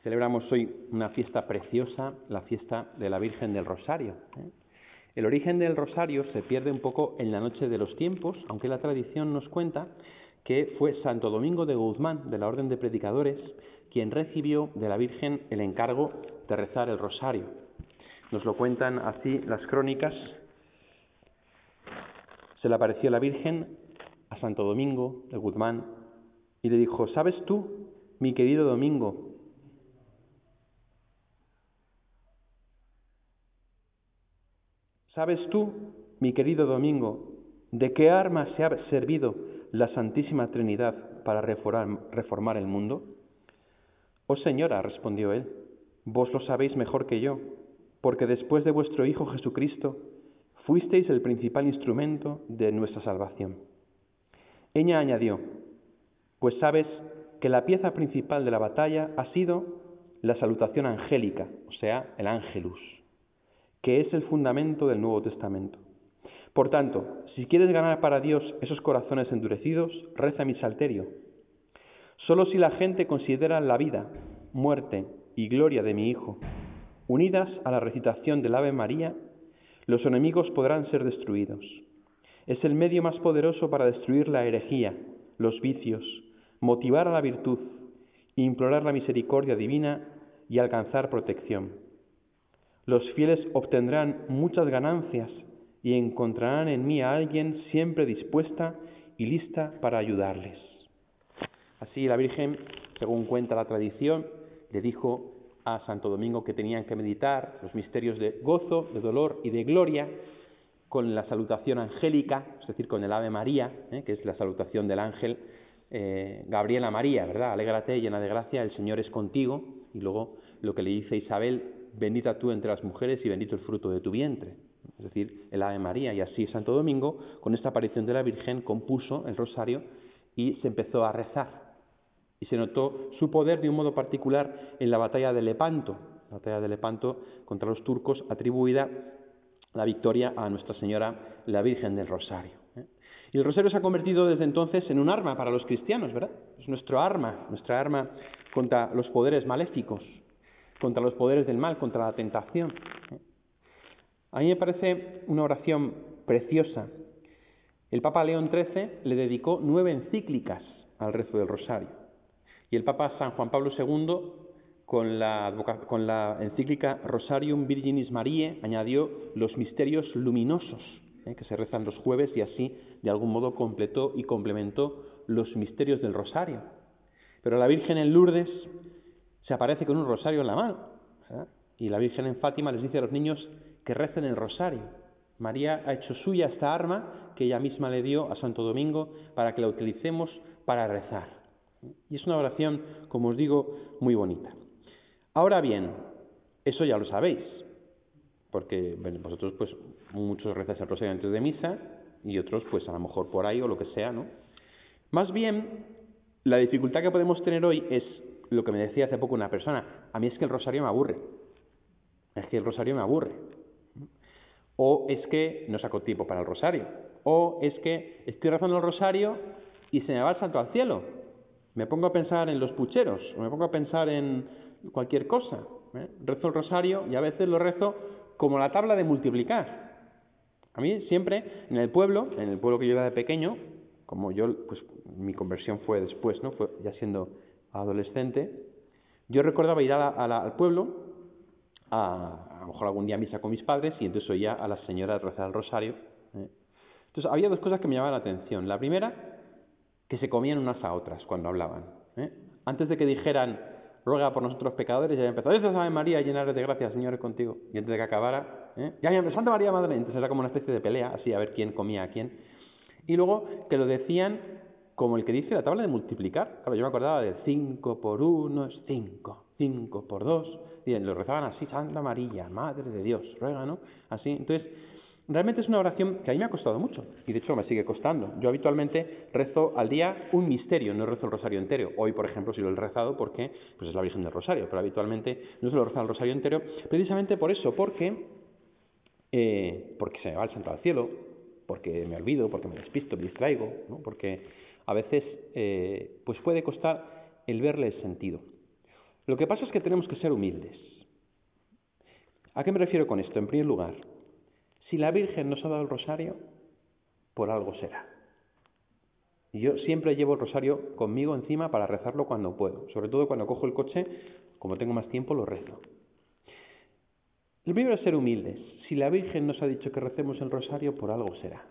Celebramos hoy una fiesta preciosa, la fiesta de la Virgen del Rosario. El origen del Rosario se pierde un poco en la noche de los tiempos, aunque la tradición nos cuenta que fue Santo Domingo de Guzmán, de la Orden de Predicadores, quien recibió de la Virgen el encargo de rezar el Rosario. Nos lo cuentan así las crónicas. Se le apareció la Virgen a Santo Domingo de Guzmán y le dijo: ¿sabes tú, mi querido Domingo, de qué arma se ha servido la Santísima Trinidad para reformar el mundo? Oh señora, respondió él, vos lo sabéis mejor que yo, porque después de vuestro Hijo Jesucristo fuisteis el principal instrumento de nuestra salvación. Ella añadió: pues sabes que la pieza principal de la batalla ha sido la salutación angélica, o sea, el ángelus, que es el fundamento del Nuevo Testamento. Por tanto, si quieres ganar para Dios esos corazones endurecidos, reza mi salterio. Solo si la gente considera la vida, muerte y gloria de mi Hijo, unidas a la recitación del Ave María, los enemigos podrán ser destruidos. Es el medio más poderoso para destruir la herejía, los vicios, motivar a la virtud, implorar la misericordia divina y alcanzar protección. Los fieles obtendrán muchas ganancias y encontrarán en mí a alguien siempre dispuesta y lista para ayudarles. Así la Virgen, según cuenta la tradición, le dijo a Santo Domingo que tenían que meditar los misterios de gozo, de dolor y de gloria con la salutación angélica, es decir, con el Ave María, que es la salutación del ángel Gabriel a María, ¿verdad? Alégrate, llena de gracia, el Señor es contigo. Y luego lo que le dice Isabel: bendita tú entre las mujeres y bendito el fruto de tu vientre. Es decir, el Ave María. Y así Santo Domingo, con esta aparición de la Virgen, compuso el rosario y se empezó a rezar. Y se notó su poder de un modo particular en la batalla de Lepanto. La batalla de Lepanto contra los turcos, atribuida la victoria a Nuestra Señora, la Virgen del Rosario. Y el rosario se ha convertido desde entonces en un arma para los cristianos, ¿verdad? Es nuestra arma contra los poderes maléficos, contra los poderes del mal, contra la tentación. A mí me parece una oración preciosa. El Papa León XIII le dedicó 9 encíclicas al rezo del rosario. Y el Papa San Juan Pablo II, con la encíclica Rosarium Virginis Mariae, añadió los misterios luminosos, que se rezan los jueves, y así de algún modo completó y complementó los misterios del rosario. Pero la Virgen en Lourdes se aparece con un rosario en la mano, ¿verdad? Y la Virgen en Fátima les dice a los niños que recen el rosario. María ha hecho suya esta arma que ella misma le dio a Santo Domingo para que la utilicemos para rezar. Y es una oración, como os digo, muy bonita. Ahora bien, eso ya lo sabéis, porque vosotros pues muchos rezáis el rosario antes de misa y otros pues a lo mejor por ahí o lo que sea, ¿no? Más bien, la dificultad que podemos tener hoy es lo que me decía hace poco una persona: a mí es que el rosario me aburre. O es que no saco tiempo para el rosario. O es que estoy rezando el rosario y se me va el santo al cielo. Me pongo a pensar en los pucheros, o me pongo a pensar en cualquier cosa. Rezo el rosario y a veces lo rezo como la tabla de multiplicar. A mí siempre, en el pueblo que yo era de pequeño, como yo, pues mi conversión fue después, ¿no? Fue ya siendo adolescente, yo recordaba ir al pueblo, a lo mejor algún día a misa con mis padres, y entonces oía a las señoras rezar el rosario. Entonces había 2 cosas que me llamaban la atención. La primera, que se comían unas a otras cuando hablaban. Antes de que dijeran ruega por nosotros pecadores, ya empezó: Dios Ave María, llena de gracia, el Señor es contigo. Y antes de que acabara, ya Santa María Madre. Entonces era como una especie de pelea, así a ver quién comía a quién. Y luego que lo decían como el que dice la tabla de multiplicar. Claro, yo me acordaba de 5 por 1 es 5, 5 por 2, y lo rezaban así: Santa María, Madre de Dios, ruega, ¿no? Así. Entonces, realmente es una oración que a mí me ha costado mucho, y de hecho me sigue costando. Yo habitualmente rezo al día un misterio, no rezo el rosario entero. Hoy, por ejemplo, sí lo he rezado porque pues es la Virgen del Rosario, pero habitualmente no se lo rezo el rosario entero, precisamente por eso, porque se me va el santo al cielo, porque me olvido, porque me despisto, me distraigo, ¿no? Porque a veces pues puede costar el verle el sentido. Lo que pasa es que tenemos que ser humildes. ¿A qué me refiero con esto? En primer lugar, si la Virgen nos ha dado el rosario, por algo será. Y yo siempre llevo el rosario conmigo encima para rezarlo cuando puedo. Sobre todo cuando cojo el coche, como tengo más tiempo, lo rezo. Lo primero es ser humildes. Si la Virgen nos ha dicho que recemos el rosario, por algo será.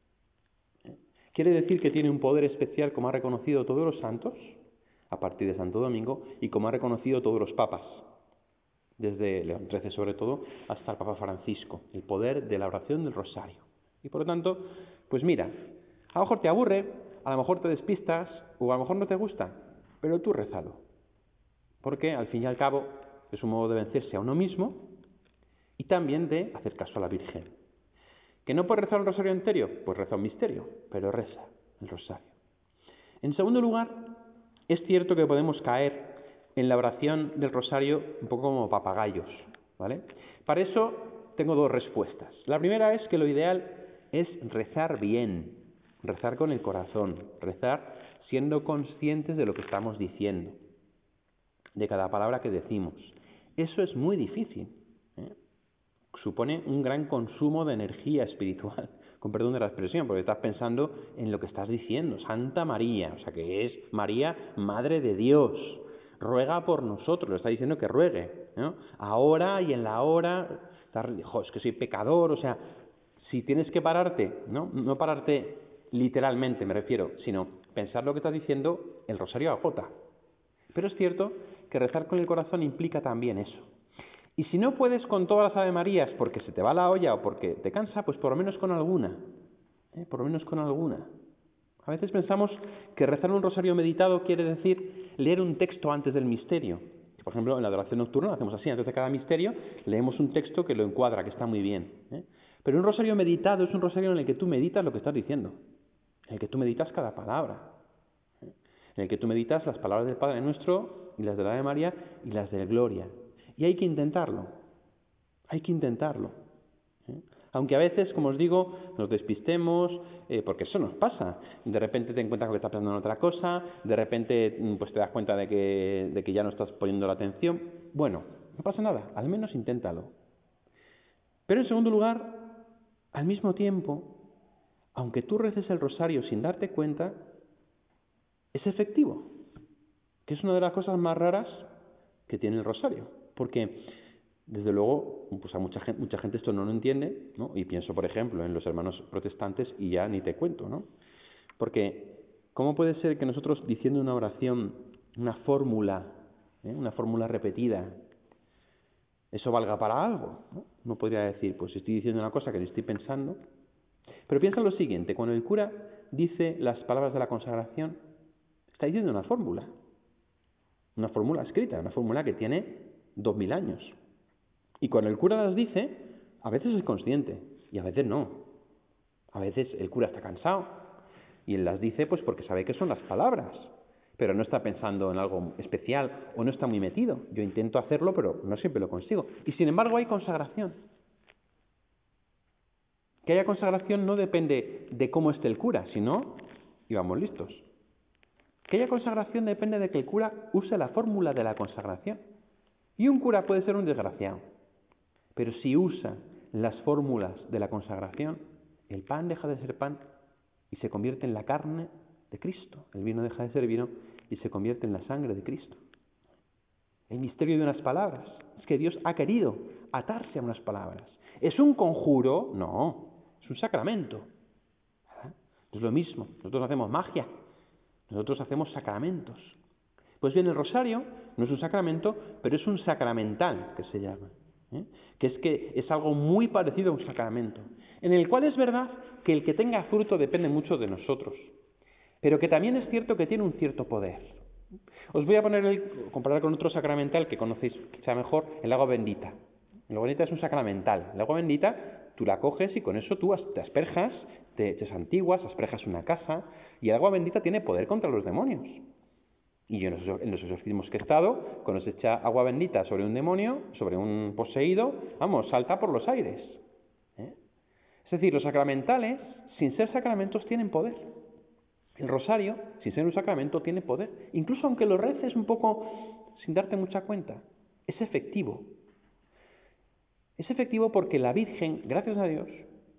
Quiere decir que tiene un poder especial, como ha reconocido todos los santos, a partir de Santo Domingo, y como ha reconocido todos los papas, desde León XIII sobre todo, hasta el Papa Francisco, el poder de la oración del rosario. Y por lo tanto, pues mira, a lo mejor te aburre, a lo mejor te despistas, o a lo mejor no te gusta, pero tú rézalo. Porque, al fin y al cabo, es un modo de vencerse a uno mismo y también de hacer caso a la Virgen. ¿Que no puedes rezar el rosario entero? Pues reza un misterio, pero reza el rosario. En segundo lugar, es cierto que podemos caer en la oración del rosario un poco como papagayos, ¿vale? Para eso tengo dos respuestas. La primera es que lo ideal es rezar bien, rezar con el corazón, rezar siendo conscientes de lo que estamos diciendo, de cada palabra que decimos. Eso es muy difícil, ¿eh? Supone un gran consumo de energía espiritual, con perdón de la expresión, porque estás pensando en lo que estás diciendo. Santa María, o sea que es María, Madre de Dios, ruega por nosotros, le está diciendo que ruegue, ¿no? Ahora y en la hora, es que soy pecador, o sea, si tienes que pararte, no pararte literalmente me refiero, sino pensar lo que estás diciendo, el rosario agota. Pero es cierto que rezar con el corazón implica también eso. Y si no puedes con todas las Ave Marías porque se te va la olla o porque te cansa, pues por lo menos con alguna. Por lo menos con alguna. A veces pensamos que rezar un rosario meditado quiere decir leer un texto antes del misterio. Por ejemplo, en la adoración nocturna lo hacemos así, antes de cada misterio leemos un texto que lo encuadra, que está muy bien. Pero un rosario meditado es un rosario en el que tú meditas lo que estás diciendo, en el que tú meditas cada palabra, en el que tú meditas las palabras del Padre Nuestro y las de la Ave María y las de Gloria. Y hay que intentarlo, Aunque a veces, como os digo, nos despistemos, porque eso nos pasa. De repente te encuentras que estás pensando en otra cosa, de repente pues te das cuenta de que ya no estás poniendo la atención. Bueno, no pasa nada, al menos inténtalo. Pero en segundo lugar, al mismo tiempo, aunque tú reces el rosario sin darte cuenta, es efectivo, que es una de las cosas más raras que tiene el rosario, porque desde luego pues a mucha gente esto no lo entiende, ¿no? Y pienso, por ejemplo, en los hermanos protestantes y ya ni te cuento, ¿no? Porque ¿cómo puede ser que nosotros diciendo una oración, una fórmula repetida, eso valga para algo, ¿no? Uno podría decir, pues estoy diciendo una cosa que le estoy pensando, pero piensa lo siguiente, cuando el cura dice las palabras de la consagración, está diciendo una fórmula escrita, una fórmula que tiene 2000 años. Y cuando el cura las dice, a veces es consciente y a veces no. A veces el cura está cansado y él las dice pues porque sabe que son las palabras, pero no está pensando en algo especial o no está muy metido. Yo intento hacerlo, pero no siempre lo consigo. Y sin embargo hay consagración. Que haya consagración no depende de cómo esté el cura, sino, y vamos listos. Que haya consagración depende de que el cura use la fórmula de la consagración. Y un cura puede ser un desgraciado, pero si usa las fórmulas de la consagración, el pan deja de ser pan y se convierte en la carne de Cristo. El vino deja de ser vino y se convierte en la sangre de Cristo. El misterio de unas palabras es que Dios ha querido atarse a unas palabras. ¿Es un conjuro? No, es un sacramento. ¿Verdad? Es lo mismo, nosotros hacemos magia, nosotros hacemos sacramentos. Pues bien, el rosario no es un sacramento, pero es un sacramental, que se llama. Que es algo muy parecido a un sacramento, en el cual es verdad que el que tenga fruto depende mucho de nosotros, pero que también es cierto que tiene un cierto poder. Os voy a comparar con otro sacramental que conocéis quizá mejor, el agua bendita. El agua bendita es un sacramental. El agua bendita tú la coges y con eso tú te asperjas, te santiguas, asperjas una casa, y el agua bendita tiene poder contra los demonios. Y yo en los exorcismos que he estado, cuando se echa agua bendita sobre un demonio, sobre un poseído, vamos, salta por los aires. Es decir, los sacramentales, sin ser sacramentos, tienen poder. El rosario, sin ser un sacramento, tiene poder. Incluso aunque lo reces un poco sin darte mucha cuenta. Es efectivo. Es efectivo porque la Virgen, gracias a Dios,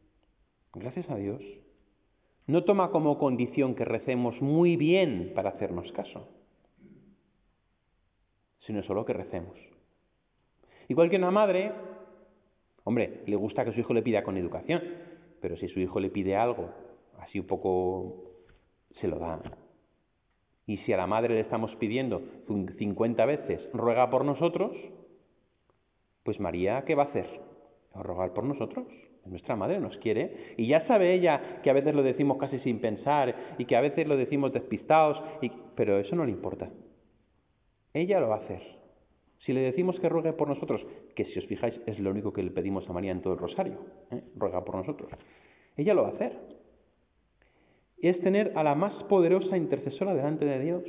no toma como condición que recemos muy bien para hacernos caso, sino solo que recemos. Igual que una madre, hombre, le gusta que su hijo le pida con educación, pero si su hijo le pide algo, así un poco se lo da. Y si a la madre le estamos pidiendo 50 veces, ruega por nosotros, pues María, ¿qué va a hacer? Va a rogar por nosotros. Nuestra madre nos quiere. Y ya sabe ella que a veces lo decimos casi sin pensar y que a veces lo decimos despistados, pero eso no le importa. Ella lo va a hacer. Si le decimos que ruegue por nosotros, que si os fijáis es lo único que le pedimos a María en todo el rosario, ruega por nosotros, ella lo va a hacer. Es tener a la más poderosa intercesora delante de Dios.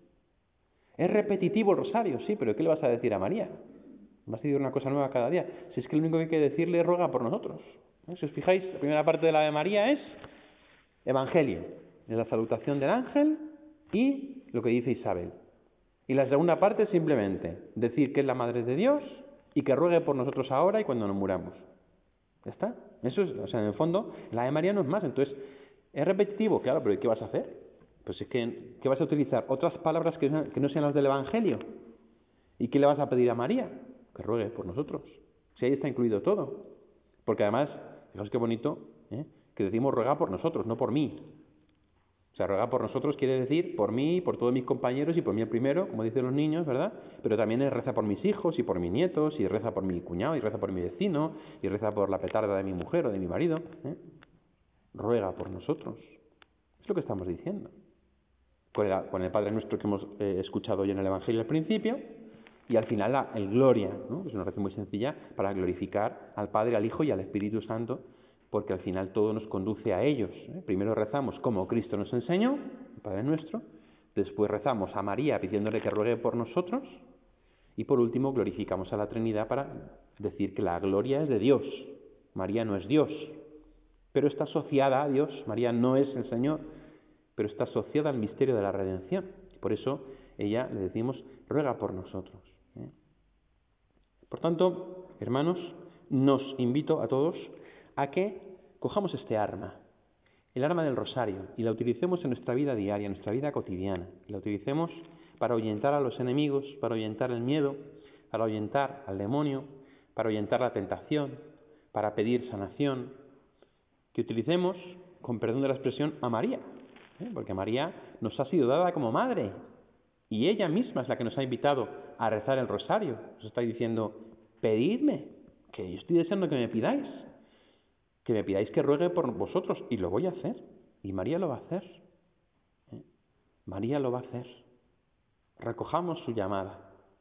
Es repetitivo el rosario, sí, pero ¿qué le vas a decir a María? Vas a decir una cosa nueva cada día. Si es que lo único que hay que decirle es ruega por nosotros. Si os fijáis, la primera parte de la Ave María es Evangelio, es la salutación del ángel y lo que dice Isabel. Y la segunda parte es simplemente decir que es la Madre de Dios y que ruegue por nosotros ahora y cuando nos muramos. ¿Ya está? Eso es, en el fondo, la Ave María no es más. Entonces, ¿es repetitivo? Claro, pero ¿qué vas a hacer? Pues es que, ¿qué vas a utilizar? Otras palabras que no sean las del Evangelio. ¿Y qué le vas a pedir a María? Que ruegue por nosotros. Si ahí está incluido todo. Porque además, fijaos qué bonito, que decimos ruega por nosotros, no por mí. O sea, ruega por nosotros quiere decir por mí, por todos mis compañeros y por mí el primero, como dicen los niños, ¿verdad? Pero también reza por mis hijos y por mis nietos, y reza por mi cuñado, y reza por mi vecino, y reza por la petarda de mi mujer o de mi marido. Ruega por nosotros. Es lo que estamos diciendo. Con el Padre Nuestro que hemos escuchado hoy en el Evangelio al principio, y al final el Gloria, ¿no? Es una oración muy sencilla para glorificar al Padre, al Hijo y al Espíritu Santo, porque al final todo nos conduce a ellos. Primero rezamos como Cristo nos enseñó, el Padre Nuestro, después rezamos a María pidiéndole que ruegue por nosotros, y por último glorificamos a la Trinidad para decir que la gloria es de Dios. María no es Dios, pero está asociada a Dios. María no es el Señor, pero está asociada al misterio de la redención. Por eso ella le decimos, ruega por nosotros. Por tanto, hermanos, nos invito a todos a que cojamos este arma, el arma del rosario, y la utilicemos en nuestra vida diaria, en nuestra vida cotidiana. La utilicemos para ahuyentar a los enemigos, para ahuyentar el miedo, para ahuyentar al demonio, para ahuyentar la tentación, para pedir sanación. Que utilicemos, con perdón de la expresión, a María, porque María nos ha sido dada como madre. Y ella misma es la que nos ha invitado a rezar el rosario. Nos está diciendo, pedidme, que yo estoy deseando que me pidáis que ruegue por vosotros, y lo voy a hacer. Y María lo va a hacer. María lo va a hacer. Recojamos su llamada.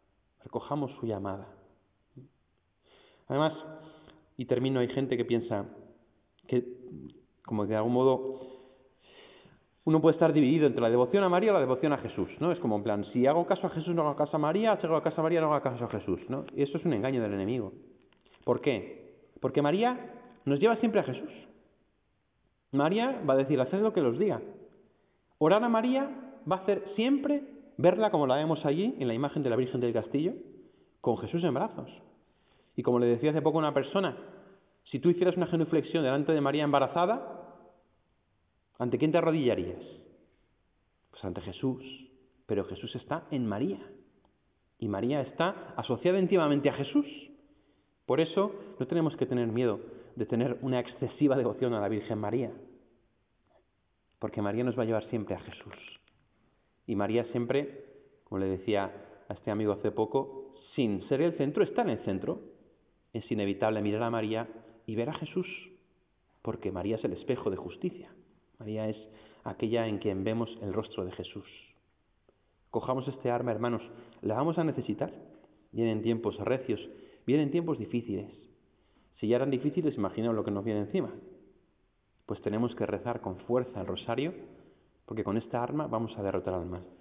Además, y termino, hay gente que piensa que, como de algún modo, uno puede estar dividido entre la devoción a María o la devoción a Jesús, ¿no? Es como en plan, si hago caso a Jesús no hago caso a María, si hago caso a María no hago caso a Jesús, ¿no? Y eso es un engaño del enemigo. ¿Por qué? Porque María nos lleva siempre a Jesús. María va a decir, haced lo que os diga. Orar a María va a hacer siempre verla como la vemos allí, en la imagen de la Virgen del Castillo, con Jesús en brazos. Y como le decía hace poco a una persona, si tú hicieras una genuflexión delante de María embarazada, ¿ante quién te arrodillarías? Pues ante Jesús. Pero Jesús está en María. Y María está asociada íntimamente a Jesús. Por eso no tenemos que tener miedo de tener una excesiva devoción a la Virgen María. Porque María nos va a llevar siempre a Jesús. Y María siempre, como le decía a este amigo hace poco, sin ser el centro, está en el centro. Es inevitable mirar a María y ver a Jesús. Porque María es el espejo de justicia. María es aquella en quien vemos el rostro de Jesús. Cojamos este arma, hermanos, la vamos a necesitar. Vienen tiempos recios, vienen tiempos difíciles. Si ya eran difíciles, imaginaos lo que nos viene encima. Pues tenemos que rezar con fuerza el rosario, porque con esta arma vamos a derrotar al mal.